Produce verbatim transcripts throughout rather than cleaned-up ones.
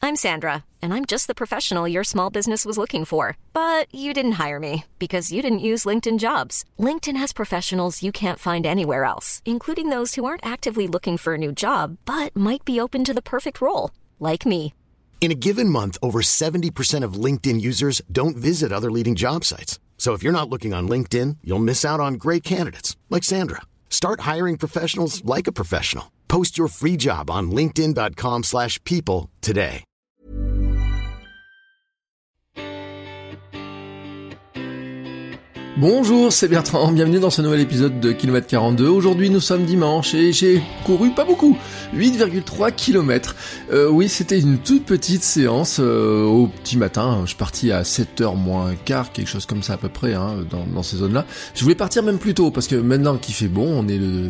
I'm Sandra, and I'm just the professional your small business was looking for. But you didn't hire me because you didn't use LinkedIn Jobs. LinkedIn has professionals you can't find anywhere else, including those who aren't actively looking for a new job, but might be open to the perfect role, like me. In a given month, over seventy percent of LinkedIn users don't visit other leading job sites. So if you're not looking on LinkedIn, you'll miss out on great candidates, like Sandra. Start hiring professionals like a professional. Post your free job on linkedin.com slash people today. Bonjour, c'est Bertrand, bienvenue dans ce nouvel épisode de Kilomètre quarante-deux. Aujourd'hui nous sommes dimanche et j'ai couru pas beaucoup, huit virgule trois kilomètres. Euh, oui, c'était une toute petite séance euh, au petit matin. Je suis parti à sept heures moins quart, quelque chose comme ça à peu près, hein, dans, dans ces zones-là. Je voulais partir même plus tôt parce que maintenant qu'il fait bon, on est le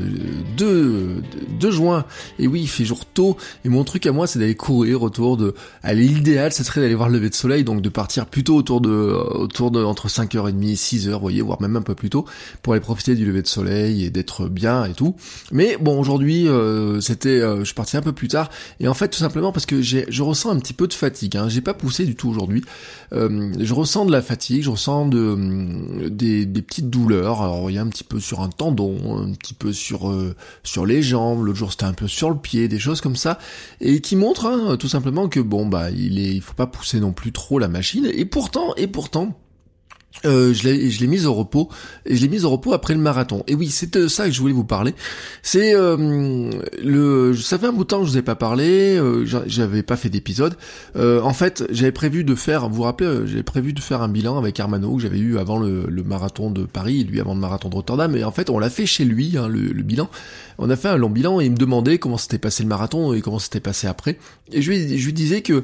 deux juin et oui, il fait jour tôt et mon truc à moi c'est d'aller courir autour de... Allez, l'idéal, ça serait d'aller voir le lever de soleil, donc de partir plutôt autour de, autour de entre cinq heures trente et six heures, vous voyez, voire même un peu plus tôt, pour aller profiter du lever de soleil et d'être bien et tout. Mais bon, aujourd'hui, euh, c'était, euh, je suis parti un peu plus tard, et en fait, tout simplement parce que j'ai, je ressens un petit peu de fatigue, hein. J'ai pas poussé du tout aujourd'hui. Euh, je ressens de la fatigue, je ressens de, des, des petites douleurs. Alors, il y a un petit peu sur un tendon, un petit peu sur, euh, sur les jambes, l'autre jour c'était un peu sur le pied, des choses comme ça, et qui montrent, hein, tout simplement que bon, bah, il est, il faut pas pousser non plus trop la machine, et pourtant, et pourtant, Euh, je l'ai, je l'ai mise au repos, et je l'ai mise au repos après le marathon. Et oui, c'est de ça que je voulais vous parler. C'est euh, le, ça fait un bout de temps que je vous ai pas parlé, euh, j'avais pas fait d'épisode. Euh, en fait, j'avais prévu de faire, vous vous rappelez, euh, j'avais prévu de faire un bilan avec Armano que j'avais eu avant le, le marathon de Paris, et lui avant le marathon de Rotterdam. Et en fait, on l'a fait chez lui, hein, le, le bilan. On a fait un long bilan et il me demandait comment s'était passé le marathon et comment s'était passé après. Et je lui, je lui disais que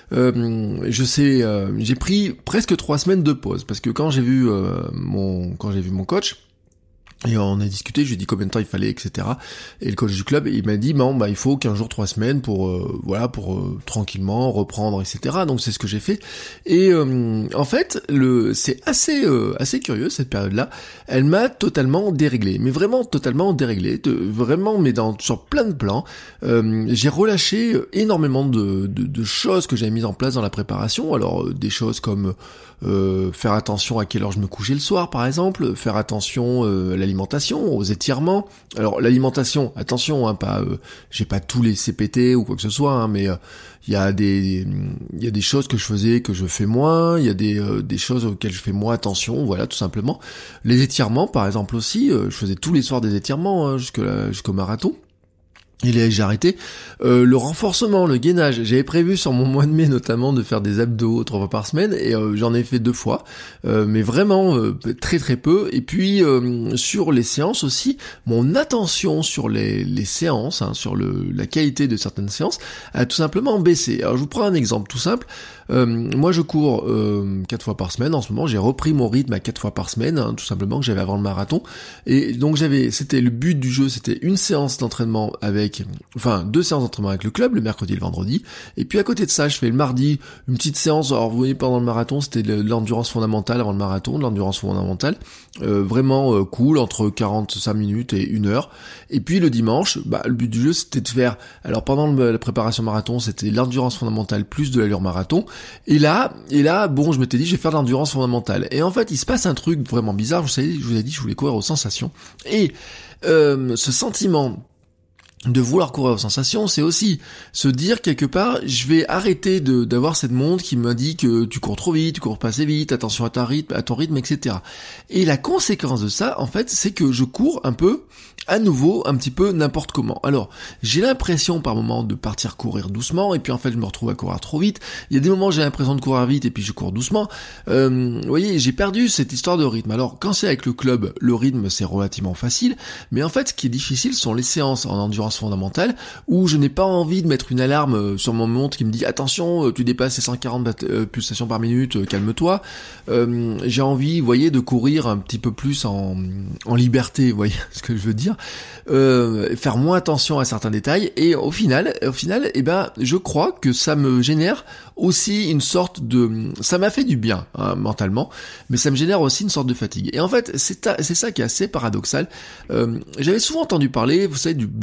euh, je sais, euh, j'ai pris presque trois semaines de pause parce que quand j'ai vu euh, mon, quand j'ai vu mon coach. Et on a discuté, je lui ai dit combien de temps il fallait, et cetera. Et le coach du club, il m'a dit, bon, bah, il faut quinze jours, trois semaines pour, euh, voilà, pour euh, tranquillement reprendre, et cetera. Donc c'est ce que j'ai fait. Et euh, en fait, le, c'est assez, euh, assez curieux cette période-là. Elle m'a totalement déréglé, mais vraiment totalement déréglé, de, vraiment, mais dans sur plein de plans. Euh, j'ai relâché énormément de, de, de choses que j'avais mises en place dans la préparation. Alors euh, des choses comme euh, faire attention à quelle heure je me couchais le soir, par exemple, faire attention euh, à l'alimentation, aux étirements. Alors l'alimentation, attention, hein, pas, euh, j'ai pas tous les C P T ou quoi que ce soit, hein, mais il euh, y a des, il y a des choses que je faisais que je fais moins, il y a des, euh, des choses auxquelles je fais moins attention, voilà, tout simplement. Les étirements, par exemple aussi, euh, je faisais tous les soirs des étirements, hein, jusque là, jusqu'au marathon. Et j'ai arrêté. Euh, le renforcement, le gainage, j'avais prévu sur mon mois de mai notamment de faire des abdos trois fois par semaine et euh, j'en ai fait deux fois, euh, mais vraiment euh, très très peu. Et puis euh, sur les séances aussi, mon attention sur les, les séances, hein, sur le, la qualité de certaines séances, a tout simplement baissé. Alors je vous prends un exemple tout simple. Euh, moi je cours euh, quatre fois par semaine en ce moment, j'ai repris mon rythme à quatre fois par semaine, hein, tout simplement que j'avais avant le marathon. Et donc j'avais, c'était le but du jeu, c'était une séance d'entraînement avec, enfin deux séances d'entraînement avec le club, le mercredi et le vendredi. Et puis à côté de ça, je fais le mardi une petite séance. Alors vous voyez, pendant le marathon, c'était de l'endurance fondamentale avant le marathon, de l'endurance fondamentale, euh, vraiment euh, cool, entre quarante-cinq minutes et une heure. Et puis le dimanche, bah le but du jeu c'était de faire, alors pendant le, la préparation marathon, c'était l'endurance fondamentale plus de l'allure marathon. Et là, et là, bon, je m'étais dit, je vais faire de l'endurance fondamentale. Et en fait, il se passe un truc vraiment bizarre. Vous savez, je vous ai dit, je voulais courir aux sensations. Et euh, ce sentiment de vouloir courir aux sensations, c'est aussi se dire quelque part, je vais arrêter de d'avoir cette montre qui me dit que tu cours trop vite, tu cours pas assez vite, attention à ta rythme, à ton rythme, et cetera. Et la conséquence de ça, en fait, c'est que je cours un peu, à nouveau, un petit peu n'importe comment. Alors, j'ai l'impression par moments de partir courir doucement, et puis en fait, je me retrouve à courir trop vite. Il y a des moments où j'ai l'impression de courir vite, et puis je cours doucement. Euh, vous voyez, j'ai perdu cette histoire de rythme. Alors, quand c'est avec le club, le rythme, c'est relativement facile, mais en fait, ce qui est difficile sont les séances en endurance fondamentale où je n'ai pas envie de mettre une alarme sur mon montre qui me dit attention, tu dépasses les cent quarante pulsations par minute, calme-toi. Euh, j'ai envie, vous voyez, de courir un petit peu plus en, en liberté, vous voyez ce que je veux dire, euh, faire moins attention à certains détails, et au final, au final, eh ben, je crois que ça me génère aussi une sorte de, ça m'a fait du bien hein, mentalement, mais ça me génère aussi une sorte de fatigue. Et en fait, c'est, ta... c'est ça qui est assez paradoxal. Euh, j'avais souvent entendu parler, vous savez, du blues de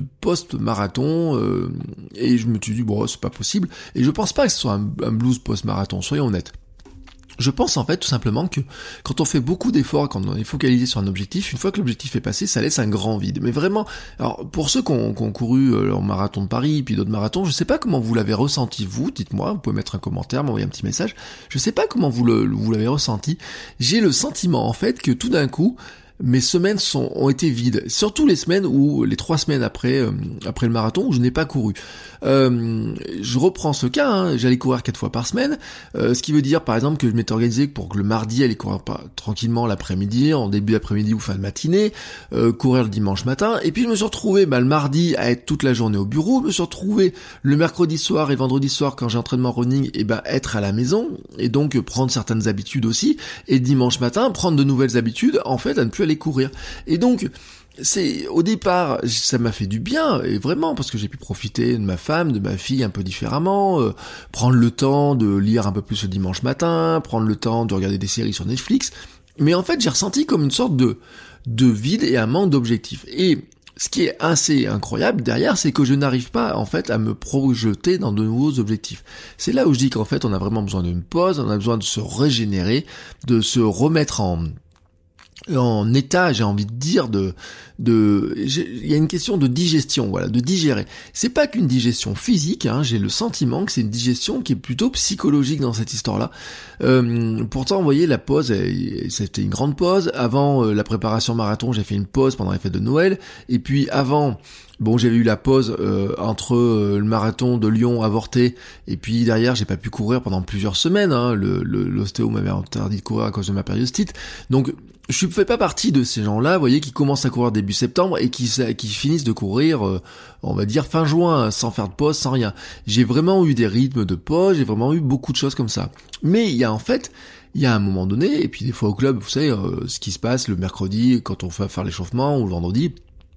post-marathon, euh, et je me suis dit, bon, c'est pas possible, et je pense pas que ce soit un, un blues post-marathon, soyons honnêtes. Je pense en fait tout simplement que quand on fait beaucoup d'efforts, quand on est focalisé sur un objectif, une fois que l'objectif est passé, ça laisse un grand vide. Mais vraiment, alors pour ceux qui ont, qui ont couru euh, leur marathon de Paris, puis d'autres marathons, je sais pas comment vous l'avez ressenti vous, dites-moi, vous pouvez mettre un commentaire, m'envoyer un petit message, je sais pas comment vous, le, vous l'avez ressenti. J'ai le sentiment en fait que tout d'un coup, mes semaines sont, ont été vides, surtout les semaines où, les trois semaines après, euh, après le marathon où je n'ai pas couru. Euh, je reprends ce cas, hein, j'allais courir quatre fois par semaine, euh, ce qui veut dire par exemple que je m'étais organisé pour que le mardi aller courir pas, tranquillement l'après-midi, en début d'après-midi ou fin de matinée, euh, courir le dimanche matin, et puis je me suis retrouvé bah, le mardi à être toute la journée au bureau, je me suis retrouvé le mercredi soir et vendredi soir quand j'ai entraînement running, et ben être à la maison, et donc prendre certaines habitudes aussi, et dimanche matin prendre de nouvelles habitudes, en fait à ne plus aller courir. Et donc c'est au départ ça m'a fait du bien, et vraiment, parce que j'ai pu profiter de ma femme, de ma fille un peu différemment, euh, prendre le temps de lire un peu plus le dimanche matin, prendre le temps de regarder des séries sur Netflix, mais en fait j'ai ressenti comme une sorte de de vide et un manque d'objectifs. Et ce qui est assez incroyable derrière, c'est que je n'arrive pas en fait à me projeter dans de nouveaux objectifs. C'est là où je dis qu'en fait on a vraiment besoin d'une pause, on a besoin de se régénérer, de se remettre en en état, j'ai envie de dire, de, de, il y a une question de digestion, voilà, de digérer. C'est pas qu'une digestion physique, hein, j'ai le sentiment que c'est une digestion qui est plutôt psychologique dans cette histoire-là. Euh, pourtant, vous voyez, la pause, c'était une grande pause. Avant euh, la préparation marathon, j'ai fait une pause pendant les fêtes de Noël, et puis avant, bon, j'avais eu la pause euh, entre euh, le marathon de Lyon avorté, et puis derrière, j'ai pas pu courir pendant plusieurs semaines, hein, le, le, l'ostéo m'avait interdit de courir à cause de ma périostite, donc je fais pas partie de ces gens-là, vous voyez, qui commencent à courir début septembre et qui, qui finissent de courir, euh, on va dire, fin juin, sans faire de pause, sans rien. J'ai vraiment eu des rythmes de pause, j'ai vraiment eu beaucoup de choses comme ça. Mais il y a en fait, il y a un moment donné, et puis des fois au club, vous savez, euh, ce qui se passe le mercredi, quand on fait faire l'échauffement, ou le vendredi,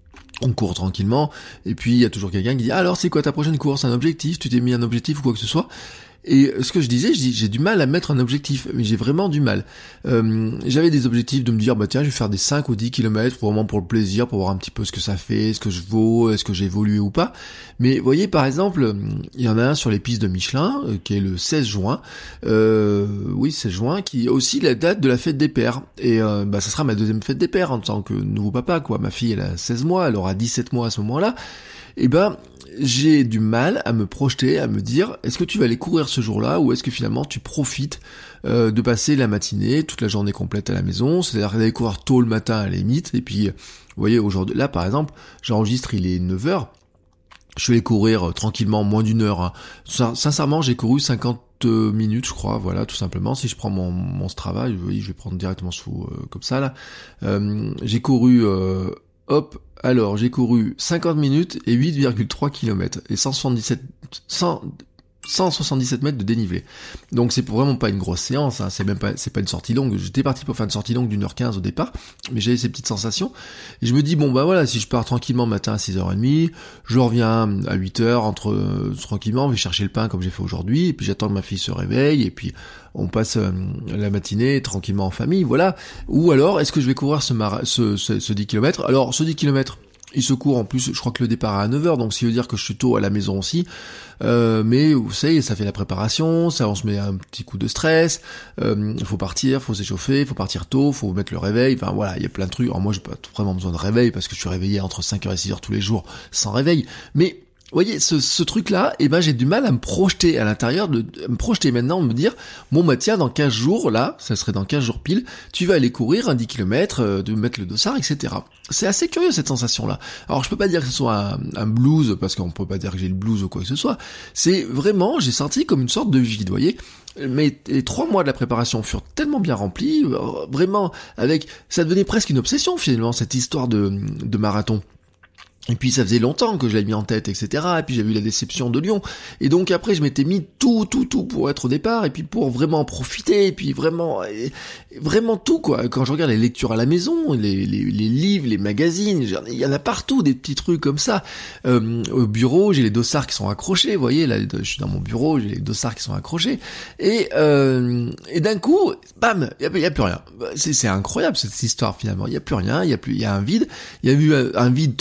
on court tranquillement, et puis il y a toujours quelqu'un qui dit « Alors, c'est quoi ta prochaine course, un objectif ? Tu t'es mis un objectif ou quoi que ce soit ?» Et ce que je disais, je dis, j'ai du mal à mettre un objectif, mais j'ai vraiment du mal. Euh, j'avais des objectifs de me dire, bah tiens, je vais faire des cinq ou dix kilomètres, vraiment pour le plaisir, pour voir un petit peu ce que ça fait, ce que je vaux, est-ce que j'ai évolué ou pas. Mais vous voyez, par exemple, il y en a un sur les pistes de Michelin, euh, qui est le seize juin, euh, oui, seize juin, qui est aussi la date de la fête des pères. Et euh, bah ça sera ma deuxième fête des pères en tant que nouveau papa, quoi. Ma fille, elle a seize mois, elle aura dix-sept mois à ce moment-là. Et ben, j'ai du mal à me projeter, à me dire, est-ce que tu vas aller courir ce jour-là, ou est-ce que finalement tu profites euh, de passer la matinée, toute la journée complète à la maison, c'est-à-dire d'aller courir tôt le matin à la limite, et puis, vous voyez, aujourd'hui, là par exemple, j'enregistre, il est neuf heures, je suis allé courir euh, tranquillement, moins d'une heure, hein. Sin- sincèrement, j'ai couru cinquante minutes, je crois, voilà, tout simplement. Si je prends mon, mon Strava, oui, je vais prendre directement sous, euh, comme ça, là, euh, j'ai couru... Euh, Hop, alors j'ai couru cinquante minutes et huit virgule trois kilomètres et cent soixante-dix-sept, cent, cent soixante-dix-sept mètres de dénivelé. Donc c'est pour vraiment pas une grosse séance, hein, c'est même pas, c'est pas une sortie longue. J'étais parti pour faire une sortie longue d'une heure quinze au départ, mais j'avais ces petites sensations. Et je me dis, bon bah voilà, si je pars tranquillement matin à six heures trente, je reviens à huit heures, entre, euh, tranquillement, je vais chercher le pain comme j'ai fait aujourd'hui, et puis j'attends que ma fille se réveille, et puis on passe euh, la matinée tranquillement en famille, voilà. Ou alors, est-ce que je vais courir ce, mara- ce, ce, ce dix kilomètres? Alors, ce dix kilomètres, il se court en plus, je crois que le départ est à neuf heures, donc ça veut dire que je suis tôt à la maison aussi. Euh, mais vous savez, ça fait la préparation, ça on se met un petit coup de stress, euh, faut partir, faut s'échauffer, faut partir tôt, faut mettre le réveil, enfin voilà, il y a plein de trucs. Alors moi j'ai pas vraiment besoin de réveil parce que je suis réveillé entre cinq heures et six heures tous les jours sans réveil, mais vous voyez, ce, ce truc-là, eh ben, j'ai du mal à me projeter à l'intérieur, de, de me projeter maintenant, me dire, bon, bah, tiens, dans quinze jours, là, ça serait dans quinze jours pile, tu vas aller courir un dix kilomètres, euh, de mettre le dossard, et cetera. C'est assez curieux, cette sensation-là. Alors, je peux pas dire que ce soit un, un blues, parce qu'on peut pas dire que j'ai le blues ou quoi que ce soit. C'est vraiment, j'ai senti comme une sorte de vide, vous voyez. Mais les trois mois de la préparation furent tellement bien remplis, euh, vraiment, avec, ça devenait presque une obsession, finalement, cette histoire de, de marathon. Et puis ça faisait longtemps que je l'avais mis en tête, et cetera. Et puis j'ai eu la déception de Lyon. Et donc après je m'étais mis tout, tout, tout pour être au départ, et puis pour vraiment profiter, et puis vraiment, et, vraiment tout quoi. Quand je regarde les lectures à la maison, les, les, les livres, les magazines, il y en a partout des petits trucs comme ça. Euh, au bureau, j'ai les dossards qui sont accrochés, vous voyez, là je suis dans mon bureau, j'ai les dossards qui sont accrochés. Et, euh, et d'un coup, bam, il y, y a plus rien. C'est, c'est incroyable cette histoire finalement. Il y a plus rien, il y a plus, il y a un vide. Il y a eu un, un vide total au début.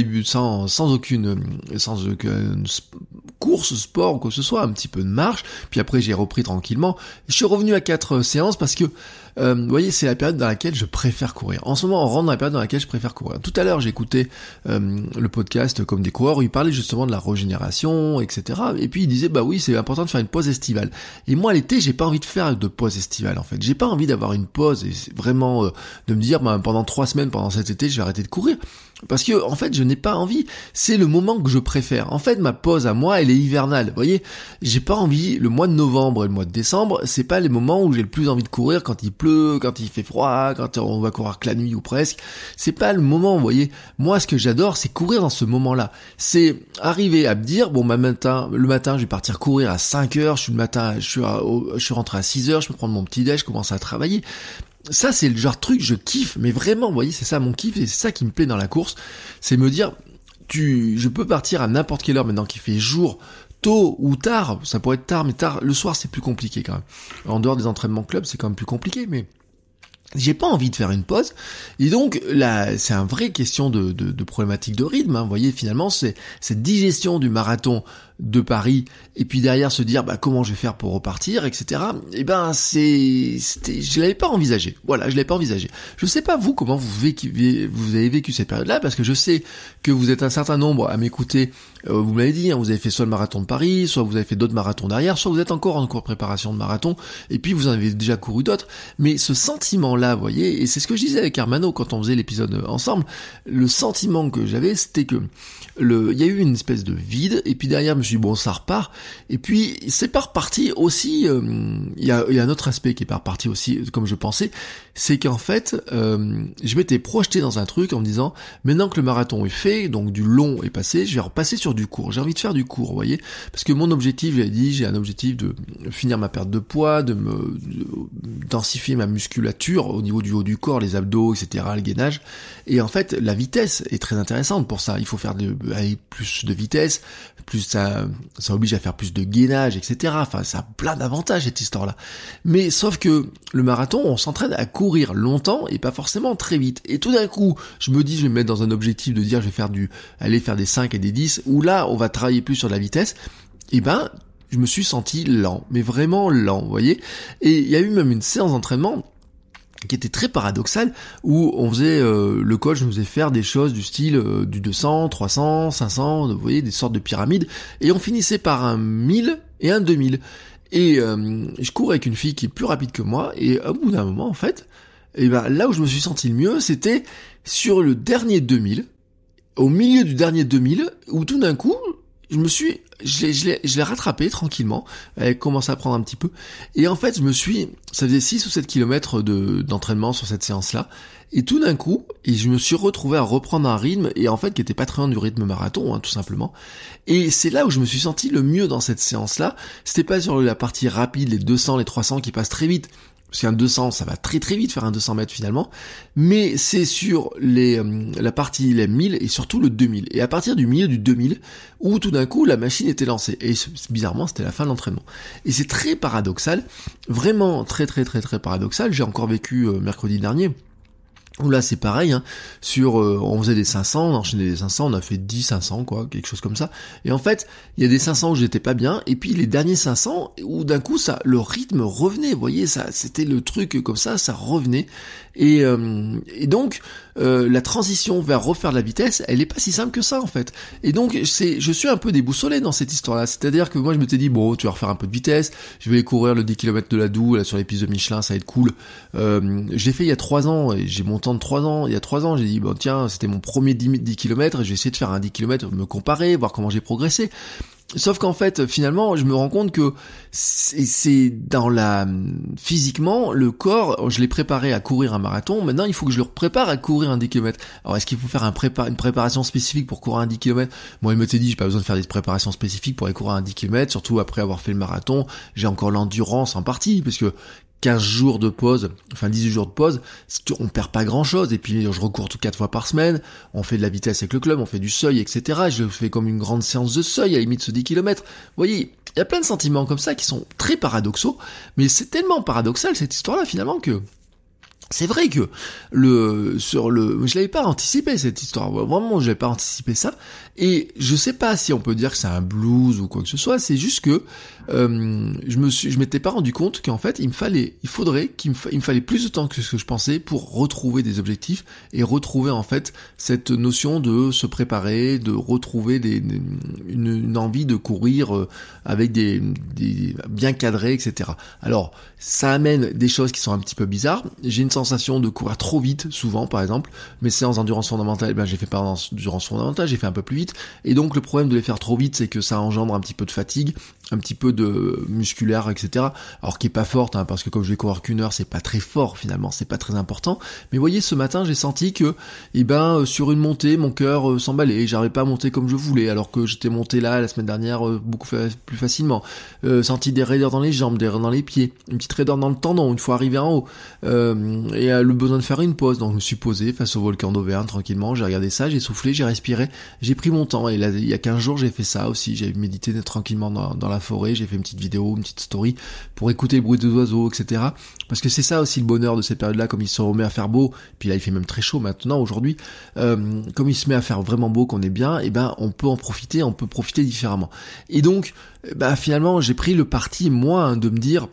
début sans sans aucune sans aucune course, sport ou quoi que ce soit, un petit peu de marche, puis après j'ai repris tranquillement. Je suis revenu à quatre séances parce que Euh, vous voyez, c'est la période dans laquelle je préfère courir. En ce moment, on rentre dans la période dans laquelle je préfère courir. Tout à l'heure, j'ai écouté euh, le podcast Comme des coureurs où il parlait justement de la régénération, et cetera. Et puis il disait, bah oui, c'est important de faire une pause estivale. Et moi, l'été, j'ai pas envie de faire de pause estivale, en fait. J'ai pas envie d'avoir une pause et c'est vraiment euh, de me dire, bah, pendant trois semaines, pendant cet été, je vais arrêter de courir. Parce que, en fait, je n'ai pas envie. C'est le moment que je préfère. En fait, ma pause à moi, elle est hivernale. Vous voyez, j'ai pas envie, le mois de novembre et le mois de décembre, c'est pas les moments où j'ai le plus envie de courir quand il pleut, quand il fait froid, quand on va courir que la nuit ou presque. C'est pas le moment, vous voyez. Moi, ce que j'adore, c'est courir dans ce moment-là. C'est arriver à me dire, bon, bah, matin, le matin, je vais partir courir à cinq heures, je suis le matin, je suis, à, au, je suis rentré à six heures, je peux prendre mon petit déj, je commence à travailler. Ça, c'est le genre de truc, je kiffe, mais vraiment, vous voyez, c'est ça mon kiff, et c'est ça qui me plaît dans la course, c'est me dire, tu, je peux partir à n'importe quelle heure maintenant qu'il fait jour, tôt ou tard, ça pourrait être tard, mais tard, le soir c'est plus compliqué quand même. En dehors des entraînements club, c'est quand même plus compliqué, mais j'ai pas envie de faire une pause, et donc là, c'est une vraie question de, de, de problématique de rythme, hein. Vous voyez, finalement, c'est cette digestion du marathon de Paris, et puis derrière se dire bah comment je vais faire pour repartir, et cetera. Et ben c'est, c'était, je l'avais pas envisagé. Voilà, je l'avais pas envisagé. Je sais pas vous comment vous vécu, vous avez vécu cette période-là, parce que je sais que vous êtes un certain nombre à m'écouter. Euh, vous m'avez dit, hein, vous avez fait soit le marathon de Paris, soit vous avez fait d'autres marathons derrière, soit vous êtes encore en cours de préparation de marathon, et puis vous en avez déjà couru d'autres. Mais ce sentiment-là, vous voyez, et c'est ce que je disais avec Armano quand on faisait l'épisode ensemble, le sentiment que j'avais, c'était que le, il y a eu une espèce de vide, et puis derrière, je me suis dit, bon, ça repart, et puis c'est pas reparti aussi, euh, il y a, il y a un autre aspect qui est pas reparti aussi, comme je pensais, c'est qu'en fait, euh, je m'étais projeté dans un truc en me disant, maintenant que le marathon est fait, donc du long est passé, je vais repasser sur du court, j'ai envie de faire du court, vous voyez, parce que mon objectif, j'avais dit, j'ai un objectif de finir ma perte de poids, de me, de, densifier ma musculature au niveau du haut du corps, les abdos, et cetera, le gainage, et en fait, la vitesse est très intéressante pour ça, il faut faire de, aller plus de vitesse, plus ça, ça oblige à faire plus de gainage, et cetera. Enfin, ça a plein d'avantages, cette histoire-là. Mais sauf que le marathon, on s'entraîne à courir longtemps et pas forcément très vite. Et tout d'un coup, je me dis, je vais me mettre dans un objectif de dire, je vais faire du, aller faire des cinq et des dix, où là, on va travailler plus sur la vitesse. Et ben, je me suis senti lent, mais vraiment lent, vous voyez. Et il y a eu même une séance d'entraînement qui était très paradoxal, où on faisait, euh, le coach nous faisait faire des choses du style euh, du deux cents, trois cents, cinq cents, vous voyez, des sortes de pyramides, et on finissait par un mille et un deux mille. Et euh, je courais avec une fille qui est plus rapide que moi, et au bout d'un moment, en fait, et ben là où je me suis senti le mieux, c'était sur le dernier deux mille, au milieu du dernier deux mille, où tout d'un coup, je me suis, je l'ai, je l'ai, je l'ai rattrapé tranquillement, elle commençait à prendre un petit peu, et en fait je me suis, ça faisait six ou sept kilomètres de, d'entraînement sur cette séance-là, et tout d'un coup, et je me suis retrouvé à reprendre un rythme, et en fait qui était pas très loin du rythme marathon, hein, tout simplement, et c'est là où je me suis senti le mieux dans cette séance-là, c'était pas sur la partie rapide, les deux cents, les trois cents qui passent très vite, parce qu'un deux cents, ça va très très vite faire un deux cents mètres finalement, mais c'est sur les euh, la partie les mille et surtout le deux mille. Et à partir du milieu du deux mille, où tout d'un coup la machine était lancée. Et bizarrement, c'était la fin de l'entraînement. Et c'est très paradoxal, vraiment très très très très paradoxal. J'ai encore vécu euh, mercredi dernier, où là c'est pareil, hein, sur euh, on faisait des cinq cents, on enchaînait des cinq cents, on a fait dix cinq cents quoi, quelque chose comme ça. Et en fait, il y a des cinq cents où j'étais pas bien, et puis les derniers cinq cents où d'un coup ça, le rythme revenait, vous voyez, ça, c'était le truc comme ça, ça revenait. Et, euh, et donc euh, la transition vers refaire de la vitesse, elle est pas si simple que ça en fait. Et donc c'est, je suis un peu déboussolé dans cette histoire-là. C'est-à-dire que moi je m'étais dit bon, tu vas refaire un peu de vitesse, je vais aller courir le dix kilomètres de la Doue là sur les pistes de Michelin, ça va être cool. Euh, je l'ai fait il y a trois ans et j'ai mon temps de trois ans. Il y a trois ans, j'ai dit bon tiens, c'était mon premier dix kilomètres, et je vais essayer de faire un dix kilomètres, me comparer, voir comment j'ai progressé. Sauf qu'en fait, finalement, je me rends compte que c'est, c'est dans la, physiquement, le corps, je l'ai préparé à courir un marathon, maintenant il faut que je le prépare à courir un dix kilomètres. Alors est-ce qu'il faut faire un prépa- une préparation spécifique pour courir un dix kilomètres? Moi, il m'était dit, j'ai pas besoin de faire des préparations spécifiques pour aller courir un dix kilomètres, surtout après avoir fait le marathon, j'ai encore l'endurance en partie, parce que quinze jours de pause, enfin dix-huit jours de pause, on perd pas grand chose, et puis je recours tout quatre fois par semaine, on fait de la vitesse avec le club, on fait du seuil, et cetera. Je fais comme une grande séance de seuil à la limite ce dix kilomètres. Vous voyez, il y a plein de sentiments comme ça qui sont très paradoxaux, mais c'est tellement paradoxal cette histoire-là finalement que C'est vrai que le sur le je l'avais pas anticipé cette histoire, vraiment je l'avais pas anticipé ça, et je sais pas si on peut dire que c'est un blues ou quoi que ce soit, c'est juste que euh, je me suis je m'étais pas rendu compte qu'en fait il me fallait il faudrait qu'il me, fa, il me fallait plus de temps que ce que je pensais pour retrouver des objectifs et retrouver en fait cette notion de se préparer, de retrouver des, des une, une envie de courir euh, avec des, des bien cadrés, et cetera. Alors ça amène des choses qui sont un petit peu bizarres. J'ai une sensation de courir trop vite, souvent, par exemple. Mes séances d'endurance fondamentale, eh ben, j'ai fait pas d'endurance fondamentale, j'ai fait un peu plus vite. Et donc, le problème de les faire trop vite, c'est que ça engendre un petit peu de fatigue, un petit peu de musculaire, et cetera. Alors, qui est pas forte, hein, parce que comme je vais courir qu'une heure, c'est pas très fort, finalement, c'est pas très important. Mais vous voyez, ce matin, j'ai senti que, eh ben, sur une montée, mon cœur euh, s'emballait, j'arrivais pas à monter comme je voulais, alors que j'étais monté là, la semaine dernière, euh, beaucoup fa- plus facilement. Euh, senti des raideurs dans les jambes, des raideurs dans les pieds, une petite raideur dans le tendon, une fois arrivé en haut. Euh, et euh, le besoin de faire une pause, donc je me suis posé face au volcan d'Auvergne tranquillement, j'ai regardé ça, j'ai soufflé, j'ai respiré, j'ai pris mon temps, et là il y a quinze jours j'ai fait ça aussi, j'ai médité tranquillement dans, dans la forêt, j'ai fait une petite vidéo, une petite story pour écouter le bruit des oiseaux, et cetera. Parce que c'est ça aussi le bonheur de cette période-là, comme il se remet à faire beau, puis là il fait même très chaud maintenant aujourd'hui, euh, comme il se met à faire vraiment beau, qu'on est bien, et ben on peut en profiter, on peut profiter différemment. Et donc, bah finalement j'ai pris le parti moi hein, de me dire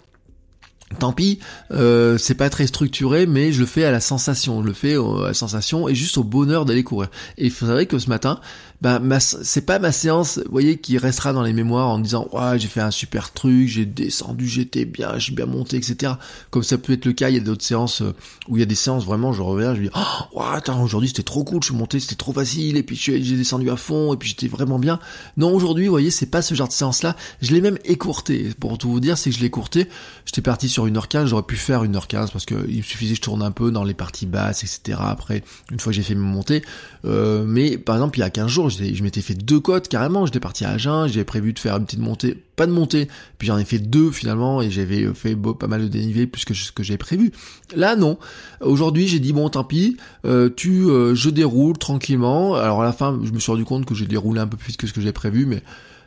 tant pis, euh, c'est pas très structuré, mais je le fais à la sensation, je le fais à la sensation et juste au bonheur d'aller courir. Et il faudrait que ce matin, bah, ma, c'est pas ma séance, vous voyez, qui restera dans les mémoires en disant, ouais, j'ai fait un super truc, j'ai descendu, j'étais bien, j'ai bien monté, et cetera. Comme ça peut être le cas, il y a d'autres séances où il y a des séances vraiment, je reviens, je dis, oh, ouais, attends, aujourd'hui c'était trop cool, je suis monté, c'était trop facile, et puis j'ai descendu à fond, et puis j'étais vraiment bien. Non, aujourd'hui, vous voyez, c'est pas ce genre de séance-là. Je l'ai même écourté. Pour tout vous dire, c'est que je l'ai écourté. J'étais parti sur une heure quinze, j'aurais pu faire une heure quinze parce que il me suffisait que je tourne un peu dans les parties basses, et cetera. Après, une fois que j'ai fait mes montées, euh, mais par exemple, il y a quinze jours, je m'étais fait deux côtes carrément. J'étais parti à Agen, j'avais prévu de faire une petite montée, pas de montée, puis j'en ai fait deux finalement, et j'avais fait beau, pas mal de dénivelé plus que ce que j'avais prévu. Là, non. Aujourd'hui, j'ai dit bon, tant pis, euh, tu, euh, je déroule tranquillement. Alors à la fin, je me suis rendu compte que j'ai déroulé un peu plus vite que ce que j'ai prévu, mais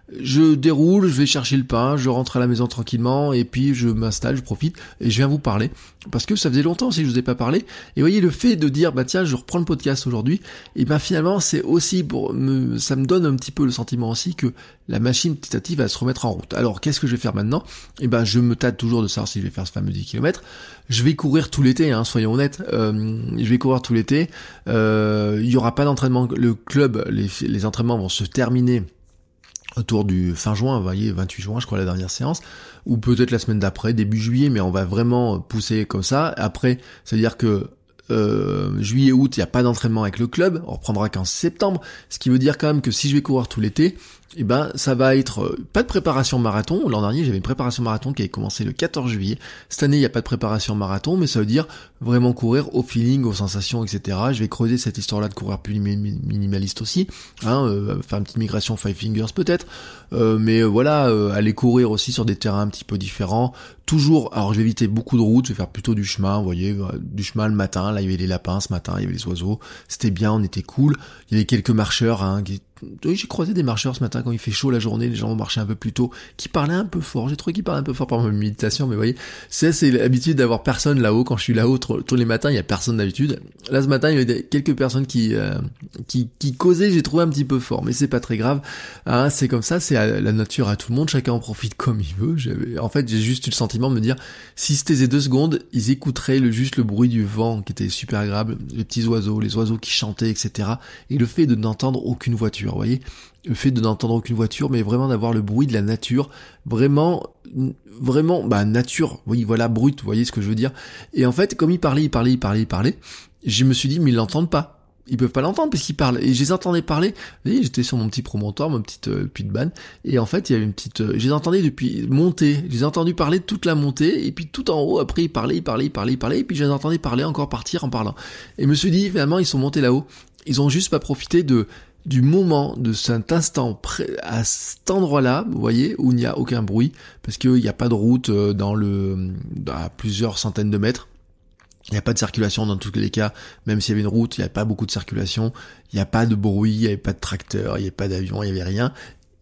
je déroule, je vais chercher le pain, je rentre à la maison tranquillement, et puis je m'installe, je profite, et je viens vous parler, parce que ça faisait longtemps aussi que je vous ai pas parlé, et vous voyez, le fait de dire, bah tiens, je reprends le podcast aujourd'hui, et ben finalement, c'est aussi pour me, ça me donne un petit peu le sentiment aussi que la machine petit à petit va se remettre en route. Alors, qu'est-ce que je vais faire maintenant? Et ben, je me tâte toujours de savoir si je vais faire ce fameux dix kilomètres. Je vais courir tout l'été, hein, soyons honnêtes, euh, je vais courir tout l'été, euh, il y aura pas d'entraînement, le club, les, les entraînements vont se terminer autour du fin juin, vous voyez, vingt-huit juin, je crois, la dernière séance, ou peut-être la semaine d'après, début juillet, mais on va vraiment pousser comme ça. Après, c'est-à-dire que euh, juillet, août, il n'y a pas d'entraînement avec le club, on reprendra qu'en septembre, ce qui veut dire quand même que si je vais courir tout l'été, eh ben, ça va être euh, pas de préparation marathon. L'an dernier, j'avais une préparation marathon qui avait commencé le quatorze juillet. Cette année, il n'y a pas de préparation marathon, mais ça veut dire vraiment courir au feeling, aux sensations, et cetera. Je vais creuser cette histoire-là de courir plus minimaliste aussi, hein, euh, faire une petite migration Five Fingers peut-être, euh, mais euh, voilà, euh, aller courir aussi sur des terrains un petit peu différents. Toujours, alors je vais éviter beaucoup de routes, je vais faire plutôt du chemin, vous voyez, du chemin le matin. Là, il y avait les lapins ce matin, il y avait les oiseaux, c'était bien, on était cool. Il y avait quelques marcheurs, hein, qui... oui, j'ai croisé des marcheurs ce matin quand il fait chaud la journée, les gens vont marcher un peu plus tôt, qui parlaient un peu fort. J'ai trouvé qu'ils parlaient un peu fort par ma méditation, mais vous voyez, c'est, c'est l'habitude d'avoir personne là-haut. Quand je suis là-haut tous les matins, il y a personne d'habitude. Là, ce matin, il y avait quelques personnes qui, euh, qui, qui causaient, j'ai trouvé un petit peu fort, mais c'est pas très grave. Hein, c'est comme ça, c'est à la nature à tout le monde, chacun en profite comme il veut. J'avais, en fait, j'ai juste eu le sentiment de me dire, si c'était ces deux secondes, ils écouteraient le, juste le bruit du vent qui était super agréable, les petits oiseaux, les oiseaux qui chantaient, et cetera. Et le fait de n'entendre aucune voiture, vous voyez, le fait de n'entendre aucune voiture, mais vraiment d'avoir le bruit de la nature, vraiment, vraiment, bah, nature, oui, voilà, brute, vous voyez ce que je veux dire. Et en fait, comme ils parlaient, ils parlaient, ils parlaient, ils parlaient, je me suis dit, mais ils l'entendent pas. Ils peuvent pas l'entendre parce qu'ils parlent. Et je les entendais parler. Vous voyez, j'étais sur mon petit promontoire, mon petit euh, puits de banne. Et en fait, il y avait une petite, euh, je les entendais depuis monter. Je les ai entendus parler toute la montée. Et puis tout en haut, après, ils parlaient, ils parlaient, ils parlaient, ils parlaient. Et puis je les entendais parler, encore partir en parlant. Et je me suis dit, finalement, ils sont montés là-haut. Ils ont juste pas profité de, du moment, de cet instant, à cet endroit-là, vous voyez, où il n'y a aucun bruit. Parce qu'il n'y a pas de route dans le, à plusieurs centaines de mètres. Il n'y a pas de circulation dans tous les cas, même s'il y avait une route, il n'y a pas beaucoup de circulation, il n'y a pas de bruit, il n'y avait pas de tracteur, il n'y avait pas d'avion, il n'y avait rien.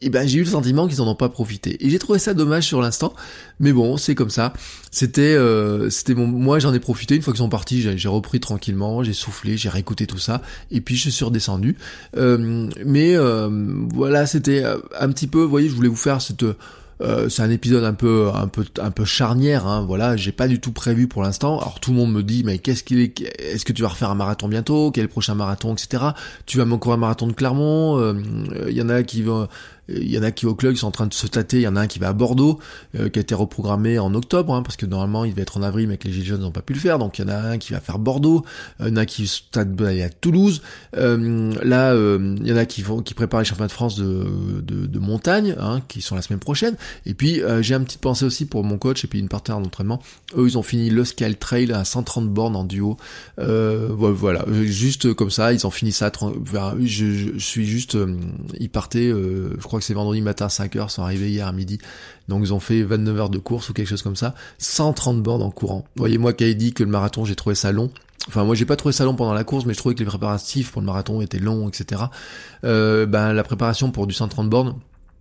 et ben j'ai eu le sentiment qu'ils en ont pas profité. Et j'ai trouvé ça dommage sur l'instant, mais bon, c'est comme ça. C'était, euh, c'était mon, moi j'en ai profité une fois qu'ils sont partis, j'ai, j'ai repris tranquillement, j'ai soufflé, j'ai réécouté tout ça, et puis je suis redescendu. Euh, mais euh, voilà, c'était un petit peu, vous voyez, je voulais vous faire cette Euh, c'est un épisode un peu un peu un peu charnière, hein, voilà, j'ai pas du tout prévu pour l'instant. Alors tout le monde me dit mais qu'est-ce qu'il est, est-ce que tu vas refaire un marathon bientôt, quel est le prochain marathon, et cetera. Tu vas m'encore un marathon de Clermont, il euh, y en a qui vont il y en a qui au club, ils sont en train de se tâter, il y en a un qui va à Bordeaux, euh, qui a été reprogrammé en octobre, hein, parce que normalement il devait être en avril, mais que les Gilets jaunes n'ont pas pu le faire, donc il y en a un qui va faire Bordeaux, il y en a qui se tâtent d'aller à Toulouse, euh, là euh, il y en a qui vont qui préparent les championnats de France de, de, de montagne, hein, qui sont la semaine prochaine, et puis euh, j'ai un petit pensée aussi pour mon coach, et puis une partenaire d'entraînement, eux ils ont fini le Scale Trail à cent trente bornes en duo, euh, voilà, juste comme ça, ils ont fini ça, je, je, je suis juste, euh, ils partaient, euh, je crois que c'est vendredi matin à cinq heures, sont arrivés hier à midi, donc ils ont fait vingt-neuf heures de course ou quelque chose comme ça, cent trente bornes en courant. Vous voyez, moi qui ai dit que le marathon j'ai trouvé ça long, enfin moi j'ai pas trouvé ça long pendant la course, mais je trouvais que les préparatifs pour le marathon étaient longs, et cetera. Euh, ben la préparation pour du cent trente bornes,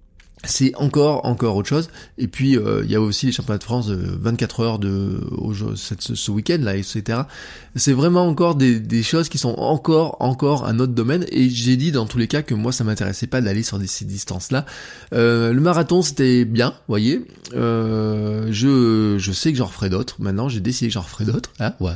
c'est encore encore autre chose. Et puis il euh, y a aussi les championnats de France de vingt-quatre heures de au, cette, ce, ce week-end là, et cetera. C'est vraiment encore des, des choses qui sont encore encore un autre domaine. Et j'ai dit dans tous les cas que moi ça m'intéressait pas d'aller sur des, ces distances là. Euh, le marathon c'était bien, vous voyez. Euh, je je sais que j'en referai d'autres. Maintenant j'ai décidé que j'en referai d'autres. Hein, ouais.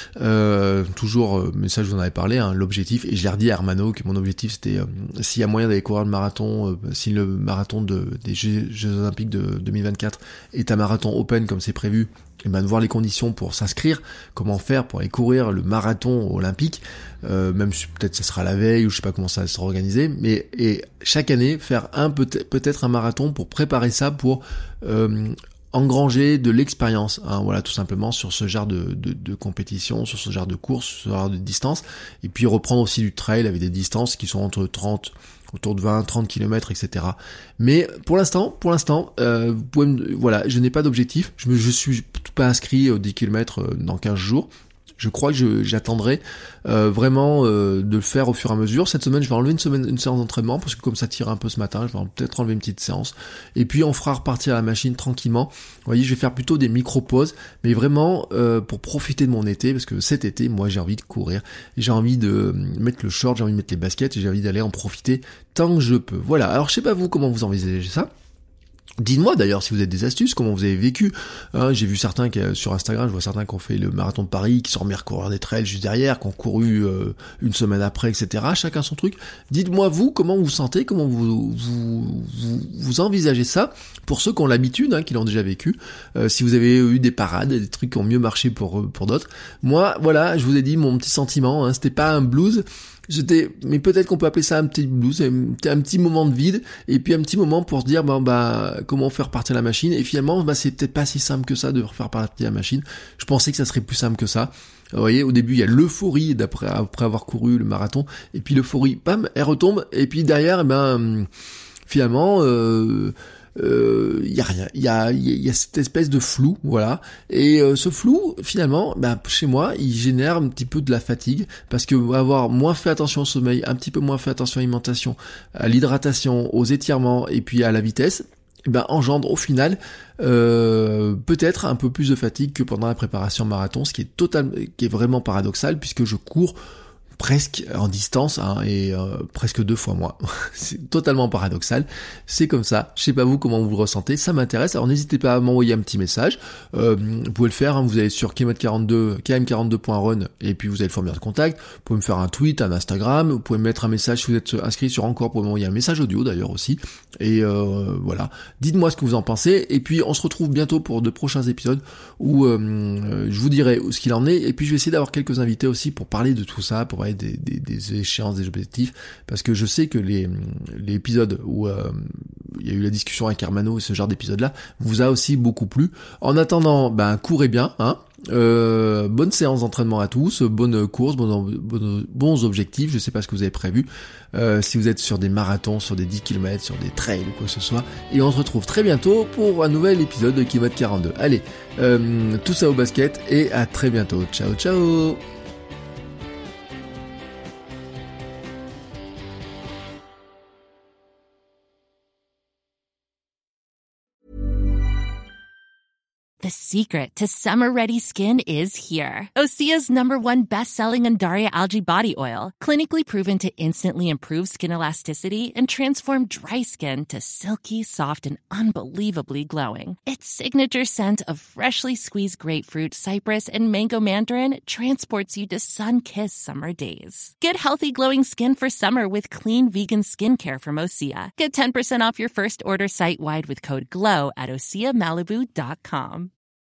Euh, toujours, euh, mais ça je vous en avais parlé. Hein, l'objectif, et je l'ai redit à Hermano que mon objectif c'était euh, s'il y a moyen d'aller courir le marathon, euh, si le marathon de De, des Jeux, Jeux Olympiques de deux mille vingt-quatre est un marathon open comme c'est prévu, et ben de voir les conditions pour s'inscrire, comment faire pour aller courir le marathon olympique, euh, même si peut-être ça sera la veille ou je sais pas comment ça sera organisé, mais et chaque année faire un peut-être peut-être un marathon pour préparer ça, pour euh, engranger de l'expérience, hein, voilà, tout simplement sur ce genre de, de, de compétition, sur ce genre de course, sur ce genre de distance, et puis reprendre aussi du trail avec des distances qui sont entre trente autour de vingt, trente kilomètres, et cetera. Mais pour l'instant, pour l'instant, euh, vous pouvez me, voilà, je n'ai pas d'objectif. Je me, je suis pas inscrit aux dix kilomètres dans quinze jours. Je crois que je, j'attendrai euh, vraiment euh, de le faire au fur et à mesure. Cette semaine, je vais enlever une semaine, une séance d'entraînement, parce que comme ça tire un peu ce matin, je vais peut-être enlever une petite séance. Et puis on fera repartir la machine tranquillement. Vous voyez, je vais faire plutôt des micro-pauses, mais vraiment euh, pour profiter de mon été, parce que cet été, moi j'ai envie de courir, j'ai envie de mettre le short, j'ai envie de mettre les baskets, et j'ai envie d'aller en profiter tant que je peux. Voilà, alors je sais pas vous comment vous envisagez ça. Dites-moi d'ailleurs si vous avez des astuces, comment vous avez vécu. Hein, j'ai vu certains qui, sur Instagram, je vois certains qui ont fait le marathon de Paris, qui sont remis à courir des trails juste derrière, qui ont couru euh, une semaine après, et cetera. Chacun son truc. Dites-moi vous comment vous sentez, comment vous vous, vous, vous envisagez ça, pour ceux qui ont l'habitude, hein, qui l'ont déjà vécu. Euh, si vous avez eu des parades, des trucs qui ont mieux marché pour pour d'autres. Moi, voilà, je vous ai dit mon petit sentiment. Hein, c'était pas un blues. J'étais, mais peut-être qu'on peut appeler ça un petit blues, un petit moment de vide, et puis un petit moment pour se dire, bon, bah, comment faire partir la machine, et finalement, bah, c'est peut-être pas si simple que ça de faire partir la machine. Je pensais que ça serait plus simple que ça. Vous voyez, au début, il y a l'euphorie d'après, après avoir couru le marathon, et puis l'euphorie, bam, elle retombe, et puis derrière, eh ben, finalement, euh, il euh, y a rien, il y a, y a cette espèce de flou, voilà, et euh, ce flou finalement, ben, chez moi il génère un petit peu de la fatigue, parce que avoir moins fait attention au sommeil, un petit peu moins fait attention à l'alimentation, à l'hydratation, aux étirements et puis à la vitesse, ben engendre au final euh, peut-être un peu plus de fatigue que pendant la préparation marathon, ce qui est totalement, qui est vraiment paradoxal, puisque je cours presque en distance, hein, et euh, presque deux fois moins. C'est totalement paradoxal. C'est comme ça. Je sais pas vous comment vous le ressentez. Ça m'intéresse. Alors n'hésitez pas à m'envoyer un petit message. Euh, vous pouvez le faire. Hein, vous allez sur kilomètre quarante-deux, k m quarante-deux point run, et puis vous avez le formulaire de contact. Vous pouvez me faire un tweet, un Instagram. Vous pouvez me mettre un message si vous êtes inscrit sur Encore, pour m'envoyer un message audio d'ailleurs aussi. Et euh, voilà. Dites-moi ce que vous en pensez. Et puis on se retrouve bientôt pour de prochains épisodes où euh, je vous dirai ce qu'il en est. Et puis je vais essayer d'avoir quelques invités aussi pour parler de tout ça, pour parler Des, des, des échéances, des objectifs, parce que je sais que les, les épisodes où euh, il y a eu la discussion avec Hermano et ce genre d'épisode-là vous a aussi beaucoup plu. En attendant, ben courez bien, hein. Euh, bonne séance d'entraînement à tous, bonne course, bonne, bonne, bons objectifs. Je sais pas ce que vous avez prévu, euh, si vous êtes sur des marathons, sur des dix kilomètres, sur des trails ou quoi que ce soit, et on se retrouve très bientôt pour un nouvel épisode de kilomètre quarante-deux. Allez, euh, tout ça au basket, et à très bientôt. Ciao ciao. The secret to summer-ready skin is here. Osea's number one best-selling Undaria Algae Body Oil, clinically proven to instantly improve skin elasticity and transform dry skin to silky, soft, and unbelievably glowing. Its signature scent of freshly squeezed grapefruit, cypress, and mango mandarin transports you to sun-kissed summer days. Get healthy, glowing skin for summer with clean vegan skincare from Osea. Get ten percent off your first order site-wide with code GLOW at osea malibu dot com.